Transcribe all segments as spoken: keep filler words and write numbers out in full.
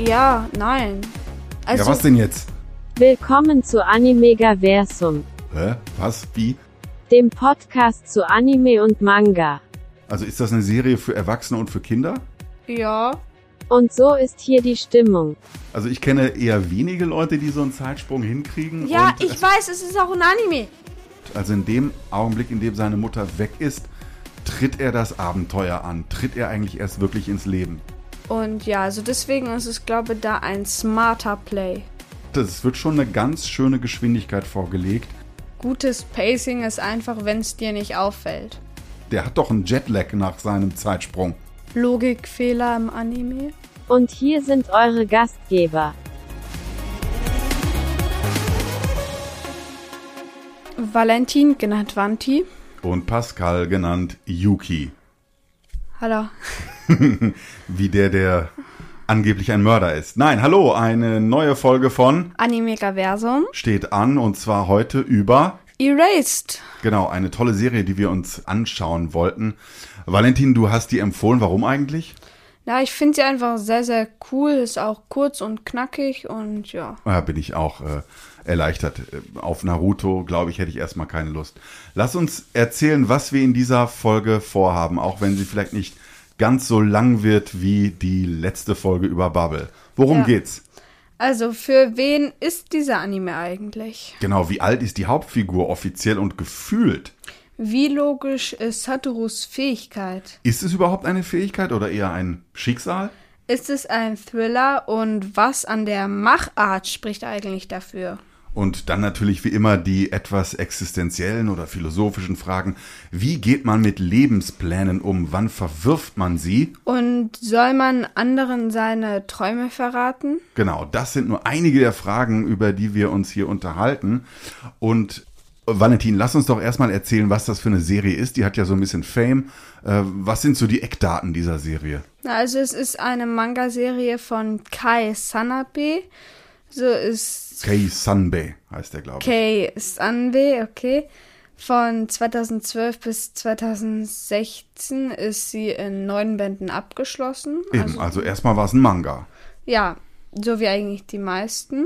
Ja, nein. Also, ja, was denn jetzt? Willkommen zu Animegaversum. Hä? Was? Wie? Dem Podcast zu Anime und Manga. Also ist das eine Serie für Erwachsene und für Kinder? Ja. Und so ist hier die Stimmung. Also ich kenne eher wenige Leute, die so einen Zeitsprung hinkriegen. Ja, und, ich weiß, es ist auch ein Anime. Also in dem Augenblick, in dem seine Mutter weg ist, tritt er das Abenteuer an. Tritt er eigentlich erst wirklich ins Leben. Und ja, also deswegen ist es, glaube ich, da ein smarter Play. Es wird schon eine ganz schöne Geschwindigkeit vorgelegt. Gutes Pacing ist einfach, wenn es dir nicht auffällt. Der hat doch einen Jetlag nach seinem Zeitsprung. Logikfehler im Anime. Und hier sind eure Gastgeber. Valentin, genannt Vanti. Und Pascal, genannt Yuki. Hallo. Wie der, der angeblich ein Mörder ist. Nein, hallo, eine neue Folge von Animegaversum steht an, und zwar heute über Erased. Genau, eine tolle Serie, die wir uns anschauen wollten. Valentin, du hast die empfohlen. Warum eigentlich? Ja, ich finde sie einfach sehr, sehr cool. Ist auch kurz und knackig und ja. Ja, bin ich auch äh, erleichtert. Auf Naruto, glaube ich, hätte ich erstmal keine Lust. Lass uns erzählen, was wir in dieser Folge vorhaben, auch wenn sie vielleicht nicht ganz so lang wird wie die letzte Folge über Bubble. Worum Ja. geht's? Also, für wen ist dieser Anime eigentlich? Genau, wie alt ist die Hauptfigur offiziell und gefühlt? Wie logisch ist Satoru's Fähigkeit? Ist es überhaupt eine Fähigkeit oder eher ein Schicksal? Ist es ein Thriller und was an der Machart spricht eigentlich dafür? Und dann natürlich wie immer die etwas existenziellen oder philosophischen Fragen. Wie geht man mit Lebensplänen um? Wann verwirft man sie? Und soll man anderen seine Träume verraten? Genau, das sind nur einige der Fragen, über die wir uns hier unterhalten. Und Valentin, lass uns doch erstmal erzählen, was das für eine Serie ist. Die hat ja so ein bisschen Fame. Äh, was sind so die Eckdaten dieser Serie? Also es ist eine Manga-Serie von Kai Sanabe. So ist Kei Sanbe heißt der, glaube ich. Kei Sanabe, okay. Von zweitausendzwölf bis zweitausendsechzehn ist sie in neun Bänden abgeschlossen. Eben, also, also erstmal war es ein Manga. Ja, so wie eigentlich die meisten.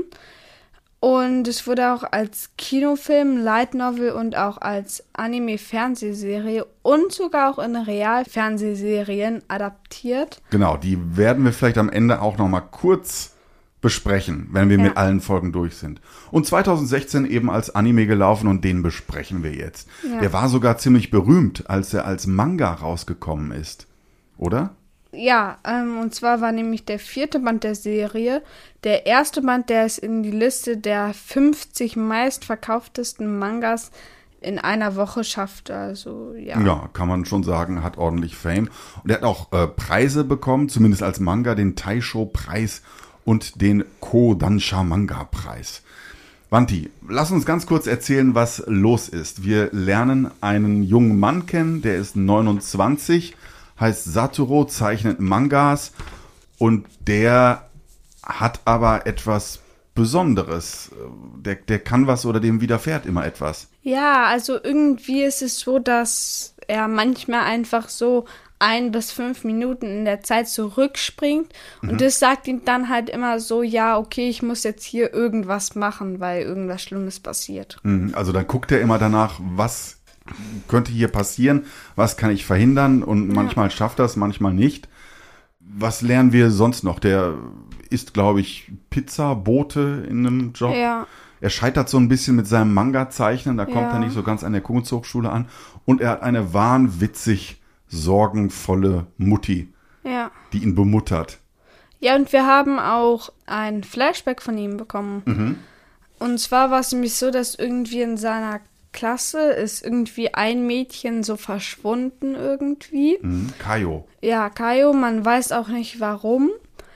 Und es wurde auch als Kinofilm, Light Novel und auch als Anime-Fernsehserie und sogar auch in Real-Fernsehserien adaptiert. Genau, die werden wir vielleicht am Ende auch noch mal kurz besprechen, wenn wir Ja. mit allen Folgen durch sind. Und zweitausendsechzehn eben als Anime gelaufen und den besprechen wir jetzt. Ja. Der war sogar ziemlich berühmt, als er als Manga rausgekommen ist. Oder? Ja, ähm, und zwar war nämlich der vierte Band der Serie der erste Band, der es in die Liste der fünfzig meistverkauftesten Mangas in einer Woche schafft. Also, ja. Ja, kann man schon sagen, hat ordentlich Fame. Und er hat auch äh, Preise bekommen, zumindest als Manga, den Taisho-Preis und den Kodansha-Manga-Preis. Vanti, lass uns ganz kurz erzählen, was los ist. Wir lernen einen jungen Mann kennen, der ist neunundzwanzig, heißt Satoru, zeichnet Mangas und der hat aber etwas Besonderes. Der, der kann was oder dem widerfährt immer etwas. Ja, also irgendwie ist es so, dass er manchmal einfach so ein bis fünf Minuten in der Zeit zurückspringt und Mhm. das sagt ihm dann halt immer so, ja, okay, ich muss jetzt hier irgendwas machen, weil irgendwas Schlimmes passiert. Mhm, also dann guckt er immer danach, was könnte hier passieren, was kann ich verhindern, und manchmal schafft das, manchmal nicht. Was lernen wir sonst noch? Der ist, glaube ich, Pizzabote in einem Job. Ja, Er scheitert so ein bisschen mit seinem Manga-Zeichnen, da kommt Ja. er nicht so ganz an der Kunsthochschule an. Und er hat eine wahnwitzig sorgenvolle Mutti, ja. die ihn bemuttert. Ja, und wir haben auch ein Flashback von ihm bekommen. Mhm. Und zwar war es nämlich so, dass irgendwie in seiner Klasse ist irgendwie ein Mädchen so verschwunden irgendwie. Mhm. Kaio. Ja, Kaio, man weiß auch nicht warum.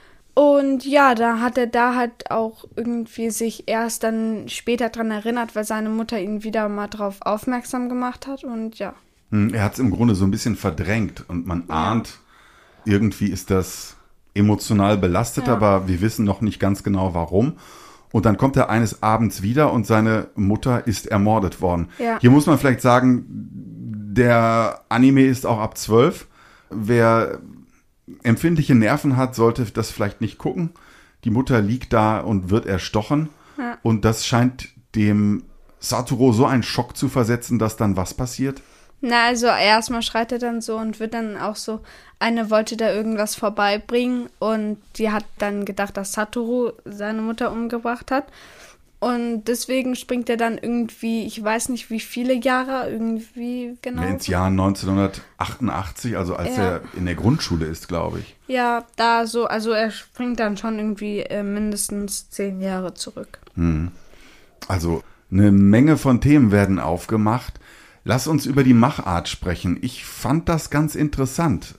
Und ja, da hat er da halt auch irgendwie sich erst dann später dran erinnert, weil seine Mutter ihn wieder mal drauf aufmerksam gemacht hat und ja. Mhm. Er hat es im Grunde so ein bisschen verdrängt und man ahnt, irgendwie ist das emotional belastet, Ja. aber wir wissen noch nicht ganz genau warum. Und dann kommt er eines Abends wieder und seine Mutter ist ermordet worden. Ja. Hier muss man vielleicht sagen, der Anime ist auch ab zwölf. Wer empfindliche Nerven hat, sollte das vielleicht nicht gucken. die Mutter liegt da und wird erstochen. Ja. Und das scheint dem Satoru so einen Schock zu versetzen, dass dann was passiert? Na, also erstmal schreit er dann so und wird dann auch so, eine wollte da irgendwas vorbeibringen und die hat dann gedacht, dass Satoru seine Mutter umgebracht hat. Und deswegen springt er dann irgendwie, ich weiß nicht wie viele Jahre, irgendwie genau. Ins Jahr neunzehnhundertachtundachtzig, also als Ja. er in der Grundschule ist, glaube ich. Ja, da so, also er springt dann schon irgendwie äh, mindestens zehn Jahre zurück. Also eine Menge von Themen werden aufgemacht. Lass uns über die Machart sprechen. Ich fand das ganz interessant,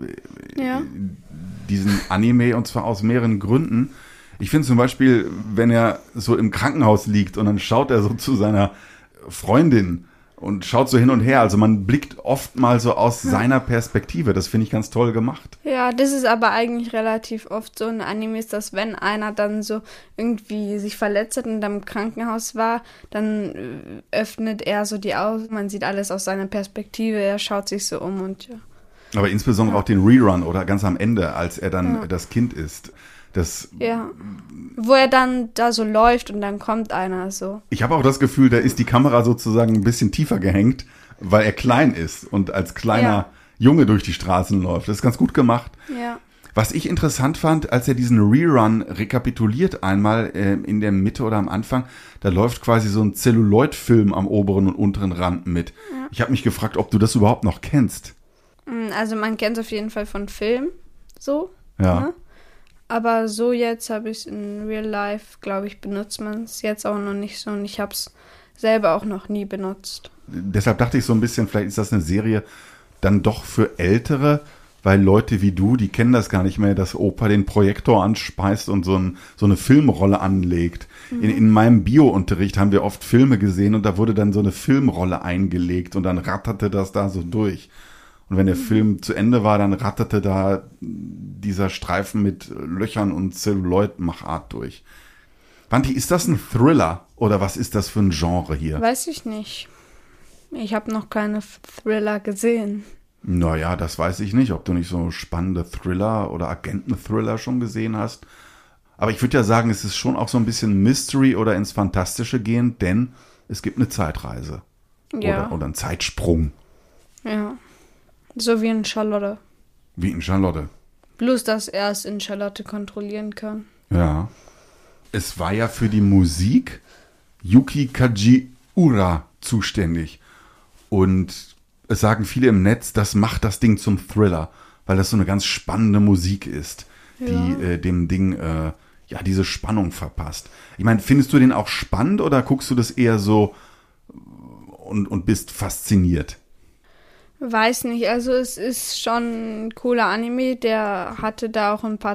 äh, Ja. diesen Anime, und zwar aus mehreren Gründen. Ich finde zum Beispiel, wenn er so im Krankenhaus liegt und dann schaut er so zu seiner Freundin und schaut so hin und her. Also man blickt oft mal so aus seiner Perspektive. Das finde ich ganz toll gemacht. Ja, das ist aber eigentlich relativ oft so in Animes, dass wenn einer dann so irgendwie sich verletzt hat und dann im Krankenhaus war, dann äh, öffnet er so die Augen. Man sieht alles aus seiner Perspektive, er schaut sich so um und ja. Aber insbesondere auch den Rerun oder ganz am Ende, als er dann Ja. das Kind ist. Das, Ja, wo er dann da so läuft und dann kommt einer so. ich habe auch das Gefühl, da ist die Kamera sozusagen ein bisschen tiefer gehängt, weil er klein ist und als kleiner Ja. Junge durch die Straßen läuft. Das ist ganz gut gemacht. Ja. Was ich interessant fand, als er diesen Rerun rekapituliert einmal äh, in der Mitte oder am Anfang, da läuft quasi so ein Celluloid-Film am oberen und unteren Rand mit. Ja. Ich habe mich gefragt, ob du das überhaupt noch kennst. Also man kennt es auf jeden Fall von Film, so. Ja. Ne? Aber so jetzt habe ich es in Real Life, glaube ich, benutzt man es jetzt auch noch nicht so und ich habe es selber auch noch nie benutzt. Deshalb dachte ich so ein bisschen, vielleicht ist das eine Serie dann doch für Ältere, weil Leute wie du, die kennen das gar nicht mehr, dass Opa den Projektor anspeist und so, ein, so eine Filmrolle anlegt. Mhm. In, in meinem Bio-Unterricht haben wir oft Filme gesehen und da wurde dann so eine Filmrolle eingelegt und dann ratterte das da so durch. Und wenn der mhm. Film zu Ende war, dann ratterte da dieser Streifen mit Löchern und Celluloid-Machart durch. Wanti, ist das ein Thriller oder was ist das für ein Genre hier? Weiß ich nicht. Ich habe noch keine Thriller gesehen. Naja, das weiß ich nicht, ob du nicht so spannende Thriller oder Agenten-Thriller schon gesehen hast. Aber ich würde ja sagen, es ist schon auch so ein bisschen Mystery oder ins Fantastische gehen, denn es gibt eine Zeitreise. Ja. Oder, oder einen Zeitsprung. Ja. So wie in Charlotte. Wie in Charlotte. Bloß, dass er es in Charlotte kontrollieren kann. Ja. Es war ja für die Musik Yuki Kajiura zuständig. Und es sagen viele im Netz, das macht das Ding zum Thriller, weil das so eine ganz spannende Musik ist, die Ja. äh, dem Ding äh, ja diese Spannung verpasst. Ich meine, findest du den auch spannend oder guckst du das eher so und, und bist fasziniert? Weiß nicht, also es ist schon ein cooler Anime, der hatte da auch ein paar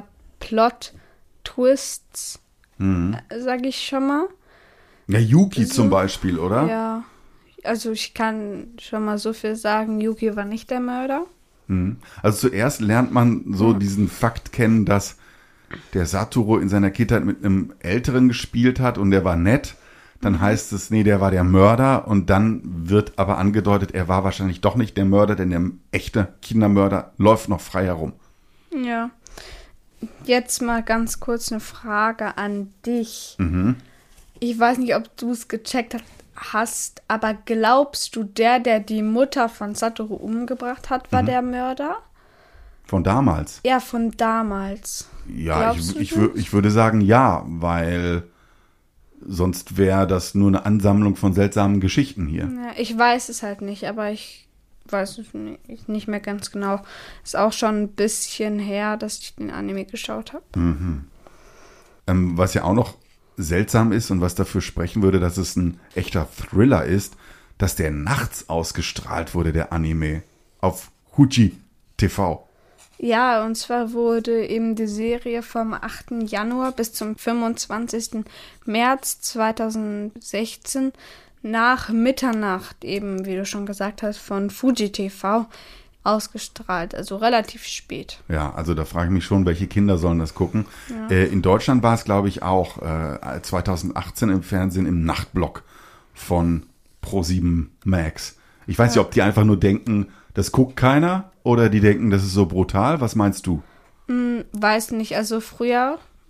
Plot-Twists, Mhm. äh, sag ich schon mal. Ja, Yuki So. zum Beispiel, oder? Ja, also ich kann schon mal so viel sagen, Yuki war nicht der Mörder. Mhm. Also zuerst lernt man so Ja. diesen Fakt kennen, dass der Satoru in seiner Kindheit mit einem Älteren gespielt hat und der war nett. Dann heißt es, nee, der war der Mörder und dann wird aber angedeutet, er war wahrscheinlich doch nicht der Mörder, denn der echte Kindermörder läuft noch frei herum. Ja. Jetzt mal ganz kurz eine Frage an dich. Mhm. Ich weiß nicht, ob du es gecheckt hast, aber glaubst du, der, der die Mutter von Satoru umgebracht hat, war Mhm. der Mörder? Von damals. Ja, von damals. Ja, Glaubst ich, du ich, das? wür- ich würde sagen ja, weil sonst wäre das nur eine Ansammlung von seltsamen Geschichten hier. Ja, ich weiß es halt nicht, aber ich weiß es nicht, nicht mehr ganz genau. Ist auch schon ein bisschen her, dass ich den Anime geschaut habe. Mhm. Ähm, was ja auch noch seltsam ist und was dafür sprechen würde, dass es ein echter Thriller ist, dass der nachts ausgestrahlt wurde, der Anime, auf Fuji T V. Ja, und zwar wurde eben die Serie vom achten Januar bis zum fünfundzwanzigsten März zweitausendsechzehn nach Mitternacht, eben wie du schon gesagt hast, von Fuji T V ausgestrahlt, also relativ spät. Ja, also da frage ich mich schon, welche Kinder sollen das gucken. Ja. Äh, in Deutschland war es, glaube ich, auch äh, zweitausendachtzehn im Fernsehen im Nachtblock von ProSieben Max. Ich weiß Ja. nicht, ob die einfach nur denken, das guckt keiner oder die denken, das ist so brutal. Was meinst du? Hm, weiß nicht, also früher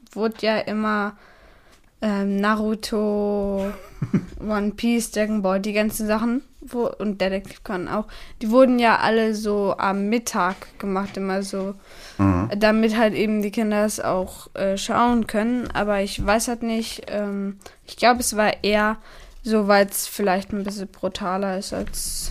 wurde ja immer ähm, Naruto, One Piece, Dragon Ball, die ganzen Sachen wo, und Detektiv Conan auch, die wurden ja alle so am Mittag gemacht, immer so, mhm. damit halt eben die Kinder es auch äh, schauen können. Aber ich weiß halt nicht, ähm, ich glaube, es war eher so, weil es vielleicht ein bisschen brutaler ist als...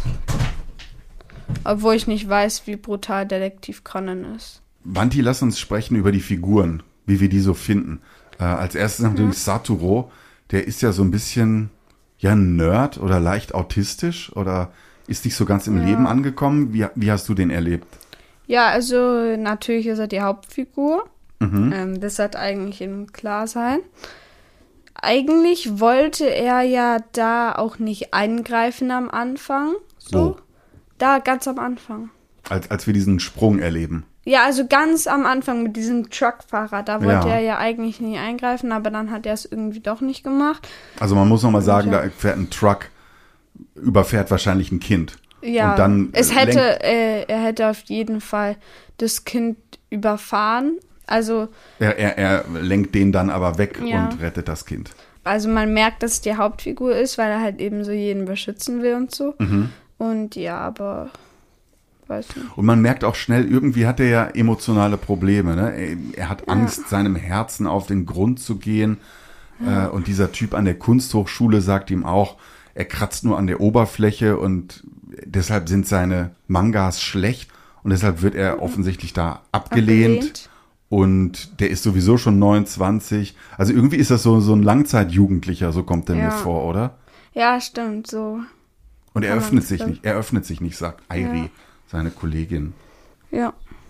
Obwohl ich nicht weiß, wie brutal Detektiv Conan ist. Vanti, lass uns sprechen über die Figuren, wie wir die so finden. Äh, als erstes natürlich ja. Satoru, der ist ja so ein bisschen, ja, ein Nerd oder leicht autistisch oder ist nicht so ganz im ja. Leben angekommen. Wie, wie hast du den erlebt? Ja, also natürlich ist er die Hauptfigur. Mhm. Ähm, das hat eigentlich eben klar sein. Eigentlich wollte er ja da auch nicht eingreifen am Anfang. So. Oh. Da, ganz am Anfang. Als, als wir diesen Sprung erleben. Ja, also ganz am Anfang mit diesem Truckfahrer. Da wollte ja. er ja eigentlich nie eingreifen, aber dann hat er es irgendwie doch nicht gemacht. Also man muss nochmal sagen, ja. da fährt ein Truck, überfährt wahrscheinlich ein Kind. Ja, und dann, es äh, hätte, lenkt, äh, er hätte auf jeden Fall das Kind überfahren. Also er, er, er lenkt den dann aber weg ja. und rettet das Kind. Also man merkt, dass es die Hauptfigur ist, weil er halt eben so jeden beschützen will und so. Mhm. Und ja, aber weiß nicht. Und man merkt auch schnell, irgendwie hat er ja emotionale Probleme. Ne? Er, er hat Angst, ja. seinem Herzen auf den Grund zu gehen. Ja. Äh, und dieser Typ an der Kunsthochschule sagt ihm auch, er kratzt nur an der Oberfläche und deshalb sind seine Mangas schlecht. Und deshalb wird er offensichtlich da abgelehnt. abgelehnt. Und der ist sowieso schon neunundzwanzig. Also irgendwie ist das so, so ein Langzeitjugendlicher, so kommt er ja. mir vor, oder? Ja, stimmt, so. Und er öffnet sich stimmt. nicht, er öffnet sich nicht, sagt Airi, ja. seine Kollegin. Ja.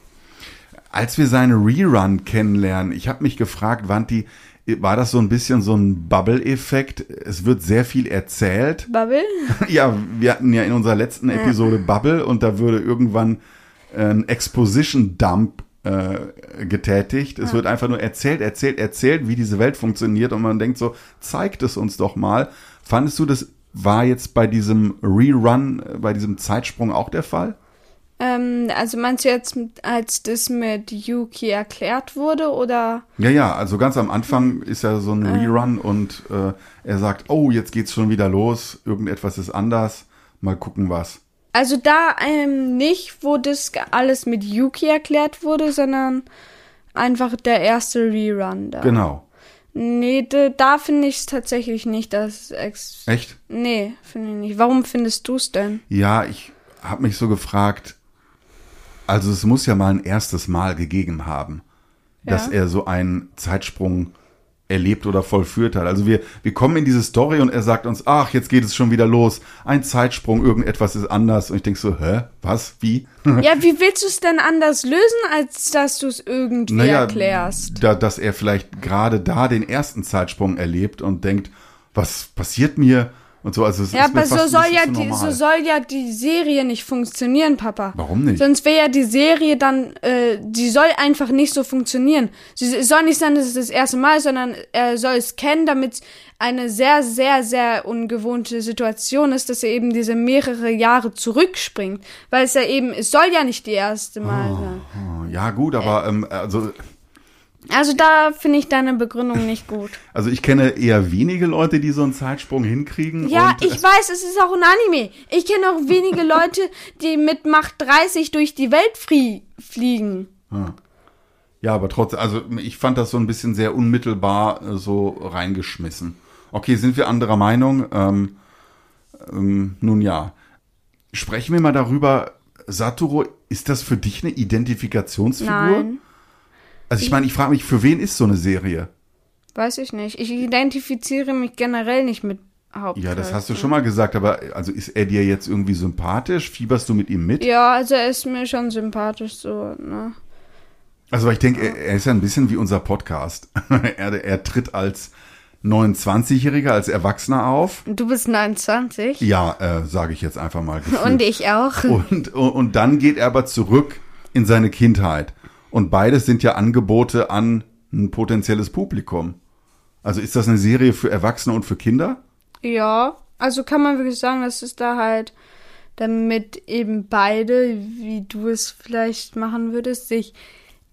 Als wir seine Rerun kennenlernen, ich habe mich gefragt, Vanti, war das so ein bisschen so ein Bubble-Effekt? Es wird sehr viel erzählt. Bubble? Ja, wir hatten ja in unserer letzten ja. Episode Bubble und da würde irgendwann ein Exposition-Dump äh, getätigt. Es ja. wird einfach nur erzählt, erzählt, erzählt, wie diese Welt funktioniert und man denkt so, zeigt es uns doch mal. Fandest du, das war jetzt bei diesem Rerun, bei diesem Zeitsprung auch der Fall? Ähm, also meinst du jetzt, als das mit Yuki erklärt wurde, oder? Ja, ja, also ganz am Anfang ist ja so ein äh. Rerun und äh, er sagt, oh, jetzt geht's schon wieder los, irgendetwas ist anders, mal gucken was. Also da ähm, nicht, wo das alles mit Yuki erklärt wurde, sondern einfach der erste Rerun da. Genau. Nee, da, da finde ich es tatsächlich nicht, dass Ex- Echt? Nee, finde ich nicht. Warum findest du es denn? Ja, ich habe mich so gefragt, also es muss ja mal ein erstes Mal gegeben haben, ja. dass er so einen Zeitsprung erlebt oder vollführt hat. Also wir, wir kommen in diese Story und er sagt uns, ach, jetzt geht es schon wieder los. Ein Zeitsprung, irgendetwas ist anders. Und ich denke so, hä, was, wie? Ja, wie willst du es denn anders lösen, als dass du es irgendwie naja, erklärst? Da, dass er vielleicht gerade da den ersten Zeitsprung erlebt und denkt, was passiert mir? Und so, also es ja, ist mir aber so fast soll ja zu die, so soll ja die Serie nicht funktionieren, Papa. Warum nicht? Sonst wäre ja die Serie dann, äh, die soll einfach nicht so funktionieren. Sie soll nicht sein, dass es das erste Mal ist, sondern er soll es kennen, damit eine sehr, sehr, sehr ungewohnte Situation ist, dass er eben diese mehrere Jahre zurückspringt. Weil es ja eben, es soll ja nicht die erste Mal oh, sein. Oh, ja, gut, aber ähm, also... Also da finde ich deine Begründung nicht gut. Also ich kenne eher wenige Leute, die so einen Zeitsprung hinkriegen. Ja, und, ich weiß, es ist auch ein Anime. Ich kenne auch wenige Leute, die mit Macht dreißig durch die Welt flie- fliegen. Ja, aber trotzdem, also ich fand das so ein bisschen sehr unmittelbar äh, so reingeschmissen. Okay, sind wir anderer Meinung? Ähm, ähm, nun ja. Sprechen wir mal darüber, Satoru, ist das für dich eine Identifikationsfigur? Nein. Also ich meine, ich frage mich, für wen ist so eine Serie? Weiß ich nicht. Ich identifiziere mich generell nicht mit Hauptcharakter. Ja, das hast du schon mal gesagt, aber also ist er dir jetzt irgendwie sympathisch? Fieberst du mit ihm mit? Ja, also er ist mir schon sympathisch so, ne? Also ich denke, er, er ist ja ein bisschen wie unser Podcast. er, er tritt als neunundzwanzigjähriger, als Erwachsener auf. Du bist neunundzwanzig? Ja, äh, sage ich jetzt einfach mal. Gefühlt. Und ich auch. Und, und, und dann geht er aber zurück in seine Kindheit. Und beides sind ja Angebote an ein potenzielles Publikum. Also ist das eine Serie für Erwachsene und für Kinder? Ja, also kann man wirklich sagen, dass es da halt, damit eben beide, wie du es vielleicht machen würdest, sich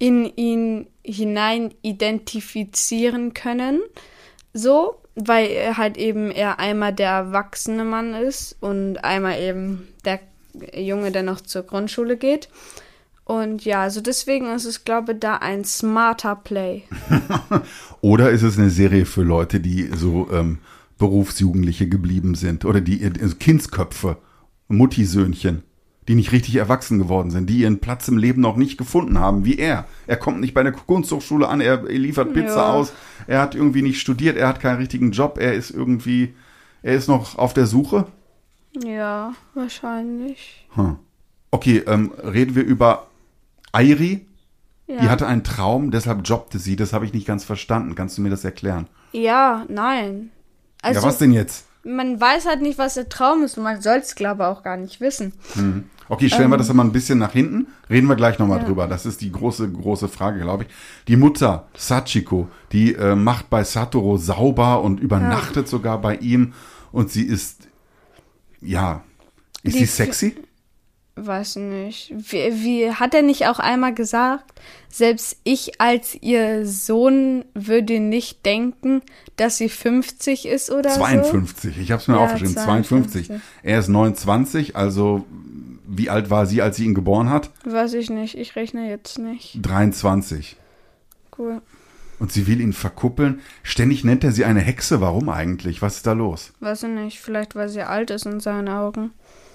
in ihn hinein identifizieren können. So, weil er halt eben er einmal der erwachsene Mann ist und einmal eben der Junge, der noch zur Grundschule geht. Und ja, also deswegen ist es, glaube ich, da ein smarter Play. Oder ist es eine Serie für Leute, die so ähm, Berufsjugendliche geblieben sind oder die also Kindsköpfe, Muttisöhnchen, die nicht richtig erwachsen geworden sind, die ihren Platz im Leben noch nicht gefunden haben, wie er. Er kommt nicht bei der Kunsthochschule an, er liefert Pizza Ja. aus, er hat irgendwie nicht studiert, er hat keinen richtigen Job, er ist irgendwie, er ist noch auf der Suche. Ja, wahrscheinlich. Hm. Okay, ähm, reden wir über Airi. Ja. Die hatte einen Traum, deshalb jobbte sie. Das habe ich nicht ganz verstanden. Kannst du mir das erklären? Ja, nein. Also, ja, was denn jetzt? man weiß halt nicht, was der Traum ist und man soll es, glaube ich, auch gar nicht wissen. Hm. Okay, stellen wir das dann mal ein bisschen nach hinten. Reden wir gleich nochmal Ja. drüber. Das ist die große, große Frage, glaube ich. Die Mutter, Sachiko, die äh, macht bei Satoru sauber und übernachtet sogar bei ihm. Und sie ist, ja, ist Die sie F- sexy? Weiß nicht. Wie, wie hat er nicht auch einmal gesagt, selbst ich als ihr Sohn würde nicht denken, dass sie fünfzig ist oder zweiundfünfzig. Ich habe es mir Ja, aufgeschrieben. zweiundfünfzig. zweiundfünfzig. Er ist neunundzwanzig, also wie alt war sie, als sie ihn geboren hat? so? Weiß ich nicht. Ich rechne jetzt nicht. dreiundzwanzig. Cool. Und sie will ihn verkuppeln. Ständig nennt er sie eine Hexe. Warum eigentlich? Was ist da los? Weiß ich nicht. Vielleicht, weil sie alt ist in seinen Augen.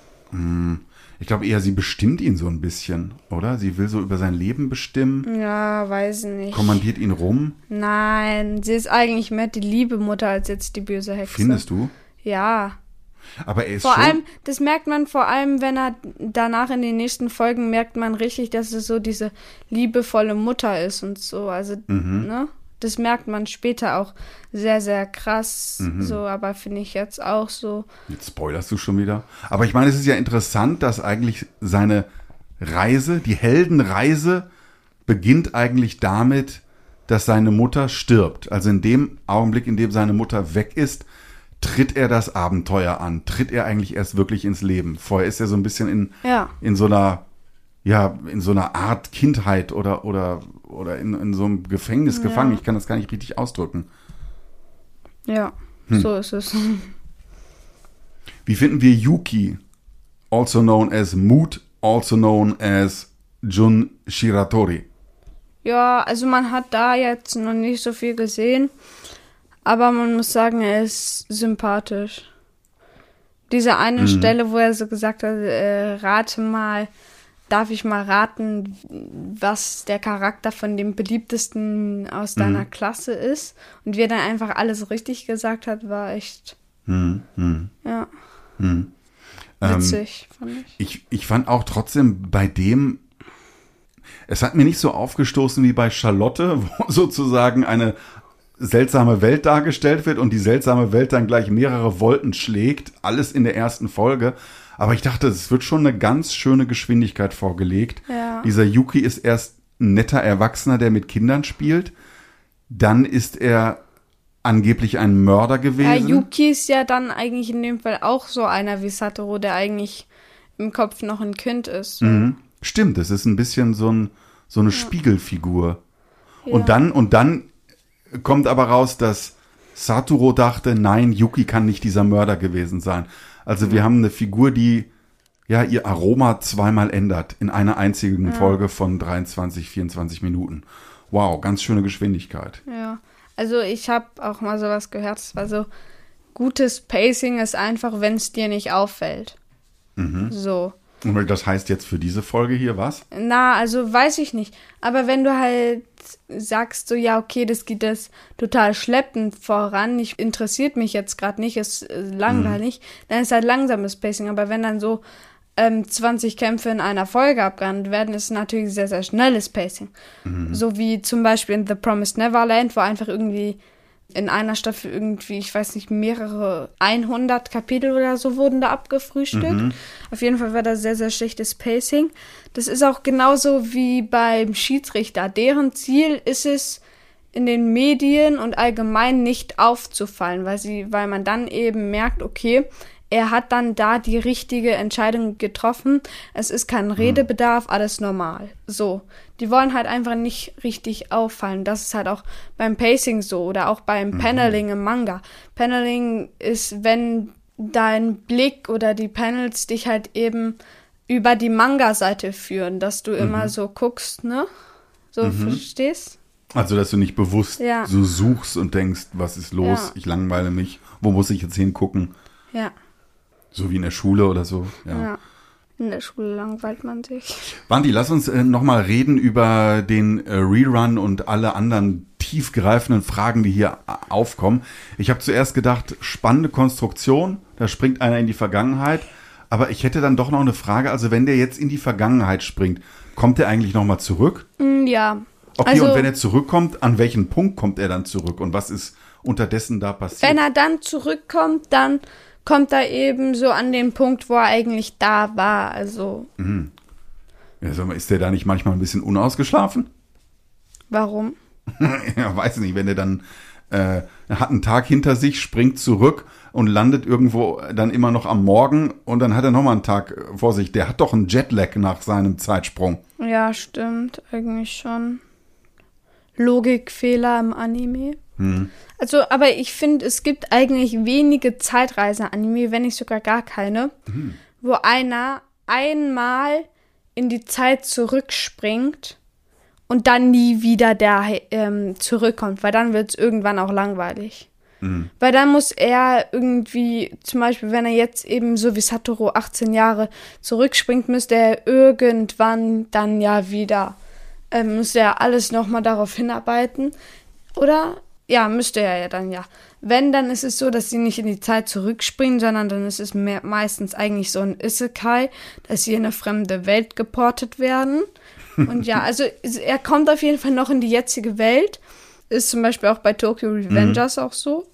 Ich glaube eher, sie bestimmt ihn so ein bisschen, oder? Sie will so über sein Leben bestimmen, Ja, weiß ich nicht. kommandiert ihn rum. Nein, sie ist eigentlich mehr die liebe Mutter als jetzt die böse Hexe. Findest du? Ja. Aber er ist Vor schon... allem, das merkt man vor allem, wenn er danach in den nächsten Folgen merkt man richtig, dass es so diese liebevolle Mutter ist und so. Also, Mhm. ne? Das merkt man später auch sehr, sehr krass. Mhm. So, aber finde ich jetzt auch so. Jetzt spoilerst du schon wieder. Aber ich meine, es ist ja interessant, dass eigentlich seine Reise, die Heldenreise, beginnt eigentlich damit, dass seine Mutter stirbt. Also in dem Augenblick, in dem seine Mutter weg ist, tritt er das Abenteuer an. Tritt er eigentlich erst wirklich ins Leben. Vorher ist er so ein bisschen in, Ja. in so einer, ja, in so einer Art Kindheit oder, oder, oder in, in so einem Gefängnis Ja. gefangen. Ich kann das gar nicht richtig ausdrücken. Ja, Hm. so ist es. Wie finden wir Yuki, also known as Mood, also known as Jun Shiratori? Ja, also man hat da jetzt noch nicht so viel gesehen, aber man muss sagen, er ist sympathisch. Diese eine Mhm. Stelle, wo er so gesagt hat, äh, rate mal, darf ich mal raten, was der Charakter von dem beliebtesten aus deiner Mhm. Klasse ist. Und wie er dann einfach alles richtig gesagt hat, war echt, Hm, hm, ja, hm. Ähm, witzig, fand ich. ich, ich fand auch trotzdem bei dem, es hat mir nicht so aufgestoßen wie bei Charlotte, wo sozusagen eine seltsame Welt dargestellt wird und die seltsame Welt dann gleich mehrere Volten schlägt, alles in der ersten Folge. Aber ich dachte, es wird schon eine ganz schöne Geschwindigkeit vorgelegt. Ja. Dieser Yuki ist erst ein netter Erwachsener, der mit Kindern spielt. Dann ist er angeblich ein Mörder Ja, gewesen. Yuki ist ja dann eigentlich in dem Fall auch so einer wie Satoru, der eigentlich im Kopf noch ein Kind ist. So. Mhm. Stimmt, es ist ein bisschen so, ein, so eine Spiegelfigur. Ja. Und dann, und dann kommt aber raus, dass Satoru dachte, nein, Yuki kann nicht dieser Mörder gewesen sein. Also wir haben eine Figur, die ja ihr Aroma zweimal ändert in einer einzigen Folge von dreiundzwanzig, vierundzwanzig Minuten. Wow, ganz schöne Geschwindigkeit. Ja, also ich habe auch mal sowas gehört, es war so, gutes Pacing ist einfach, wenn es dir nicht auffällt. So. Und das heißt jetzt für diese Folge hier was? Na, also weiß ich nicht. Aber wenn du halt sagst so, ja, okay, das geht das total schleppend voran, ich, interessiert mich jetzt gerade nicht, ist äh, langweilig, dann ist halt langsames Pacing. Aber wenn dann so ähm, zwanzig Kämpfe in einer Folge abgehandelt werden, ist natürlich sehr, sehr schnelles Pacing. So wie zum Beispiel in The Promised Neverland, wo einfach irgendwie in einer Staffel irgendwie, ich weiß nicht, mehrere hundert Kapitel oder so wurden da abgefrühstückt. Auf jeden Fall war das sehr, sehr schlechtes Pacing. Das ist auch genauso wie beim Schiedsrichter. Deren Ziel ist es, in den Medien und allgemein nicht aufzufallen, weil sie, weil man dann eben merkt, okay, er hat dann da die richtige Entscheidung getroffen. Es ist kein Redebedarf, alles normal. So, die wollen halt einfach nicht richtig auffallen. Das ist halt auch beim Pacing so oder auch beim mhm. Paneling im Manga. Paneling ist, wenn dein Blick oder die Panels dich halt eben über die Manga-Seite führen, dass du mhm. immer so guckst, ne? So, mhm. verstehst? Also, dass du nicht bewusst ja. so suchst und denkst, was ist los? Ja. Ich langweile mich. Wo muss ich jetzt hingucken? Ja. So wie in der Schule oder so. Ja. ja. In der Schule langweilt man sich. Bandi, lass uns äh, nochmal reden über den äh, Rerun und alle anderen tiefgreifenden Fragen, die hier äh, aufkommen. Ich habe zuerst gedacht, spannende Konstruktion, da springt einer in die Vergangenheit. Aber ich hätte dann doch noch eine Frage. Also wenn der jetzt in die Vergangenheit springt, kommt er eigentlich nochmal zurück? Mm, ja. Okay, also, und wenn er zurückkommt, an welchen Punkt kommt er dann zurück? Und was ist unterdessen da passiert? Wenn er dann zurückkommt, dann kommt er eben so an den Punkt, wo er eigentlich da war. Also. Mhm. Ja, sag mal, ist der da nicht manchmal ein bisschen unausgeschlafen? Warum? Ja, weiß nicht, wenn er dann äh, hat einen Tag hinter sich, springt zurück und landet irgendwo dann immer noch am Morgen und dann hat er nochmal einen Tag vor sich. Der hat doch einen Jetlag nach seinem Zeitsprung. Ja, stimmt, eigentlich schon. Logikfehler im Anime. Hm. Also, aber ich finde, es gibt eigentlich wenige Zeitreise-Anime, wenn nicht sogar gar keine, hm. wo einer einmal in die Zeit zurückspringt und dann nie wieder da ähm, zurückkommt, weil dann wird es irgendwann auch langweilig. Mhm. Weil dann muss er irgendwie, zum Beispiel, wenn er jetzt eben so wie Satoru achtzehn Jahre zurückspringt, müsste er irgendwann dann ja wieder, äh, müsste er alles nochmal darauf hinarbeiten. Oder? Ja, müsste er ja dann ja. Wenn, dann ist es so, dass sie nicht in die Zeit zurückspringen, sondern dann ist es mehr, meistens eigentlich so ein Isekai, dass sie in eine fremde Welt geportet werden. Und ja, also er kommt auf jeden Fall noch in die jetzige Welt. Ist zum Beispiel auch bei Tokyo Revengers mhm. auch so.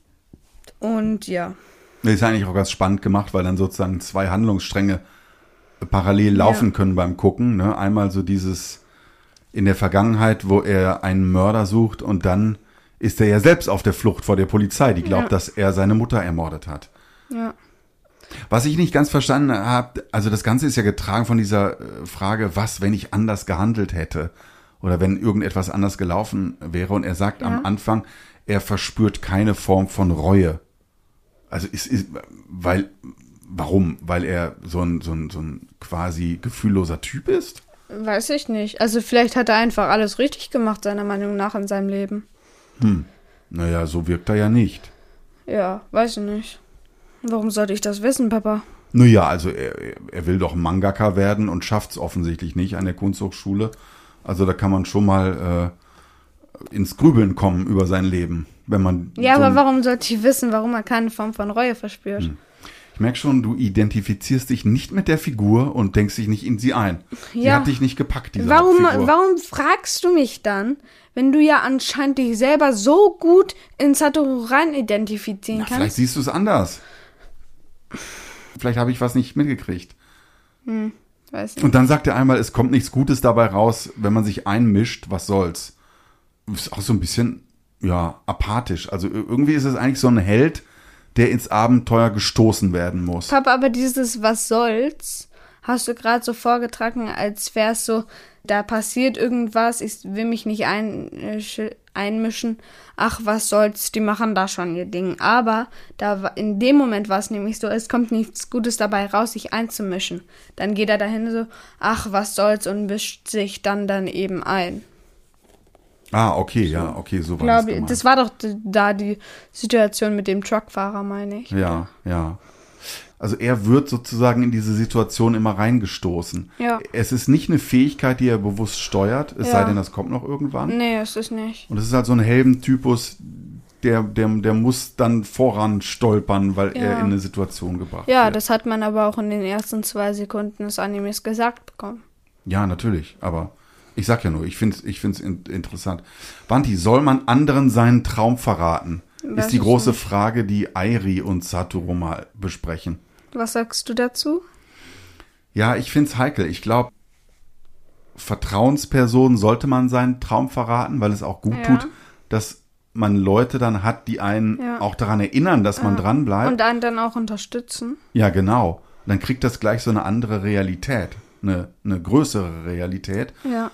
Und ja. Das ist eigentlich auch ganz spannend gemacht, weil dann sozusagen zwei Handlungsstränge parallel laufen ja. können beim Gucken. Ne? Einmal so dieses in der Vergangenheit, wo er einen Mörder sucht und dann ist er ja selbst auf der Flucht vor der Polizei, die glaubt, ja. dass er seine Mutter ermordet hat. Ja. Was ich nicht ganz verstanden habe, also das Ganze ist ja getragen von dieser Frage, was, wenn ich anders gehandelt hätte oder wenn irgendetwas anders gelaufen wäre. Und er sagt ja. am Anfang, er verspürt keine Form von Reue. Also ist, ist weil, warum? Weil er so ein, so ein, so ein quasi gefühlloser Typ ist? Weiß ich nicht. Also vielleicht hat er einfach alles richtig gemacht, seiner Meinung nach, in seinem Leben. Hm. Naja, so wirkt er ja nicht. Ja, weiß ich nicht. Warum sollte ich das wissen, Papa? Naja, also er, er will doch Mangaka werden und schafft es offensichtlich nicht an der Kunsthochschule. Also da kann man schon mal äh, ins Grübeln kommen über sein Leben, wenn man. Ja, so aber warum sollte ich wissen, warum er keine Form von Reue verspürt? Hm. Ich merke schon, du identifizierst dich nicht mit der Figur und denkst dich nicht in sie ein. Sie ja. hat dich nicht gepackt, diese warum, Figur. Warum fragst du mich dann, wenn du ja anscheinend dich selber so gut in Satoru rein identifizieren Na, kannst? Vielleicht siehst du es anders. Vielleicht habe ich was nicht mitgekriegt. Hm, weiß nicht. Und dann sagt er einmal, es kommt nichts Gutes dabei raus, wenn man sich einmischt, was soll's. Ist auch so ein bisschen, ja, apathisch. Also irgendwie ist es eigentlich so ein Held, der ins Abenteuer gestoßen werden muss. Papa, aber dieses was soll's, hast du gerade so vorgetragen, als wär's so, da passiert irgendwas, ich will mich nicht ein, äh, einmischen, ach, was soll's, die machen da schon ihr Ding. Aber da in dem Moment war es nämlich so, es kommt nichts Gutes dabei raus, sich einzumischen. Dann geht er dahin so, ach, was soll's, und mischt sich dann dann eben ein. Ah, okay, so. ja, okay, so war Glaub, das gemeint. Das war doch d- da die Situation mit dem Truckfahrer, meine ich. Ja, ja. Also er wird sozusagen in diese Situation immer reingestoßen. Ja. Es ist nicht eine Fähigkeit, die er bewusst steuert, es ja. sei denn, das kommt noch irgendwann. Nee, es ist nicht. Und es ist halt so ein Heldentypus, der, der, der muss dann voran stolpern, weil ja. er in eine Situation gebracht ja, wird. Ja, das hat man aber auch in den ersten zwei Sekunden des Animes gesagt bekommen. Ja, natürlich, aber ich sag ja nur, ich finde es ich find's in, interessant. Banti, soll man anderen seinen Traum verraten? Weiß ist die ich große nicht. Frage, die Airi und Satoru mal besprechen. Was sagst du dazu? Ja, ich find's heikel. Ich glaube, Vertrauenspersonen sollte man seinen Traum verraten, weil es auch gut Ja. tut, das man Leute dann hat, die einen Ja. auch daran erinnern, dass man Ja. dran bleibt. Und einen dann auch unterstützen. Ja, genau. Dann kriegt das gleich so eine andere Realität, eine, eine größere Realität. Ja.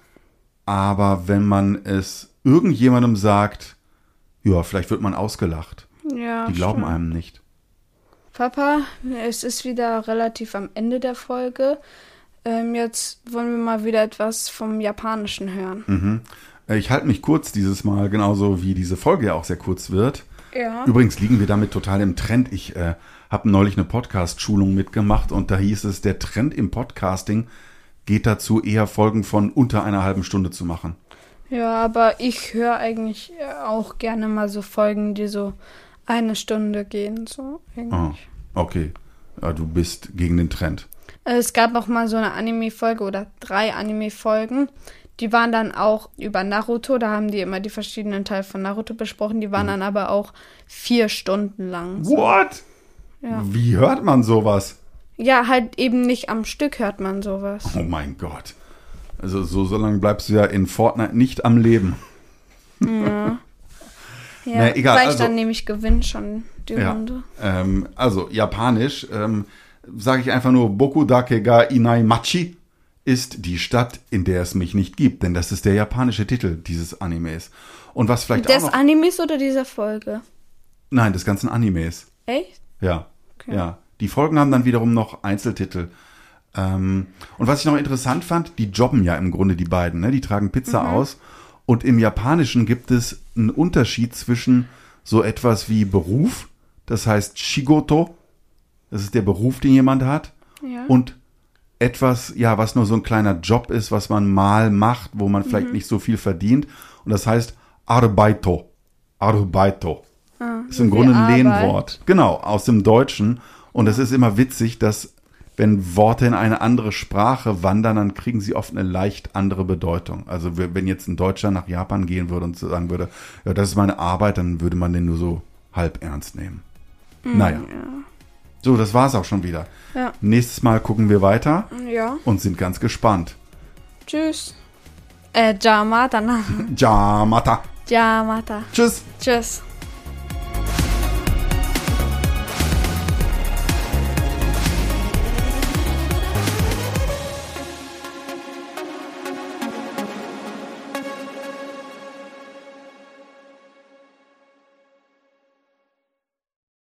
Aber wenn man es irgendjemandem sagt, ja, vielleicht wird man ausgelacht. Ja, Die glauben stimmt. einem nicht. Papa, es ist wieder relativ am Ende der Folge. Ähm, jetzt wollen wir mal wieder etwas vom Japanischen hören. Mhm. Äh, Ich halte mich kurz dieses Mal, genauso wie diese Folge ja auch sehr kurz wird. Ja. Übrigens liegen wir damit total im Trend. Ich äh, habe neulich eine Podcast-Schulung mitgemacht und da hieß es, der Trend im Podcasting geht dazu, eher Folgen von unter einer halben Stunde zu machen. Ja, aber ich höre eigentlich auch gerne mal so Folgen, die so eine Stunde gehen. So Ah, eigentlich. okay. Ja, du bist gegen den Trend. Äh, Es gab noch mal so eine Anime-Folge oder drei Anime-Folgen. Die waren dann auch über Naruto. Da haben die immer die verschiedenen Teile von Naruto besprochen. Die waren dann aber auch vier Stunden lang. So. What? Ja. Wie hört man sowas? Ja, halt eben nicht am Stück hört man sowas. Oh mein Gott. Also so, so lange bleibst du ja in Fortnite nicht am Leben. Ja, Na, egal, Sag ich also- dann nämlich gewinnt schon die Ja. Runde. Ähm, also japanisch ähm, sage ich einfach nur Boku dake ga inai machi ist die Stadt, in der es mich nicht gibt. Denn das ist der japanische Titel dieses Animes. Und was vielleicht auch Des noch... Animes oder dieser Folge? Nein, des ganzen Animes. Echt? Ja, Okay. ja. Die Folgen haben dann wiederum noch Einzeltitel. Ähm, und was ich noch interessant fand, die jobben ja im Grunde die beiden, ne? Die tragen Pizza aus. Und im Japanischen gibt es einen Unterschied zwischen so etwas wie Beruf, das heißt Shigoto, das ist der Beruf, den jemand hat, Ja. und etwas, ja, was nur so ein kleiner Job ist, was man mal macht, wo man vielleicht nicht so viel verdient. Und das heißt Arbeito. Arbeito. Ist im wie Grunde ein Arbeit. Lehnwort. Genau, aus dem Deutschen. Und es ist immer witzig, dass wenn Worte in eine andere Sprache wandern, dann kriegen sie oft eine leicht andere Bedeutung. Also wenn jetzt ein Deutscher nach Japan gehen würde und sagen würde, ja, das ist meine Arbeit, dann würde man den nur so halb ernst nehmen. Naja. So, das war's auch schon wieder. Ja. Nächstes Mal gucken wir weiter Ja. und sind ganz gespannt. Tschüss. Äh, Jamata. Jamata. Jamata. Tschüss. Tschüss.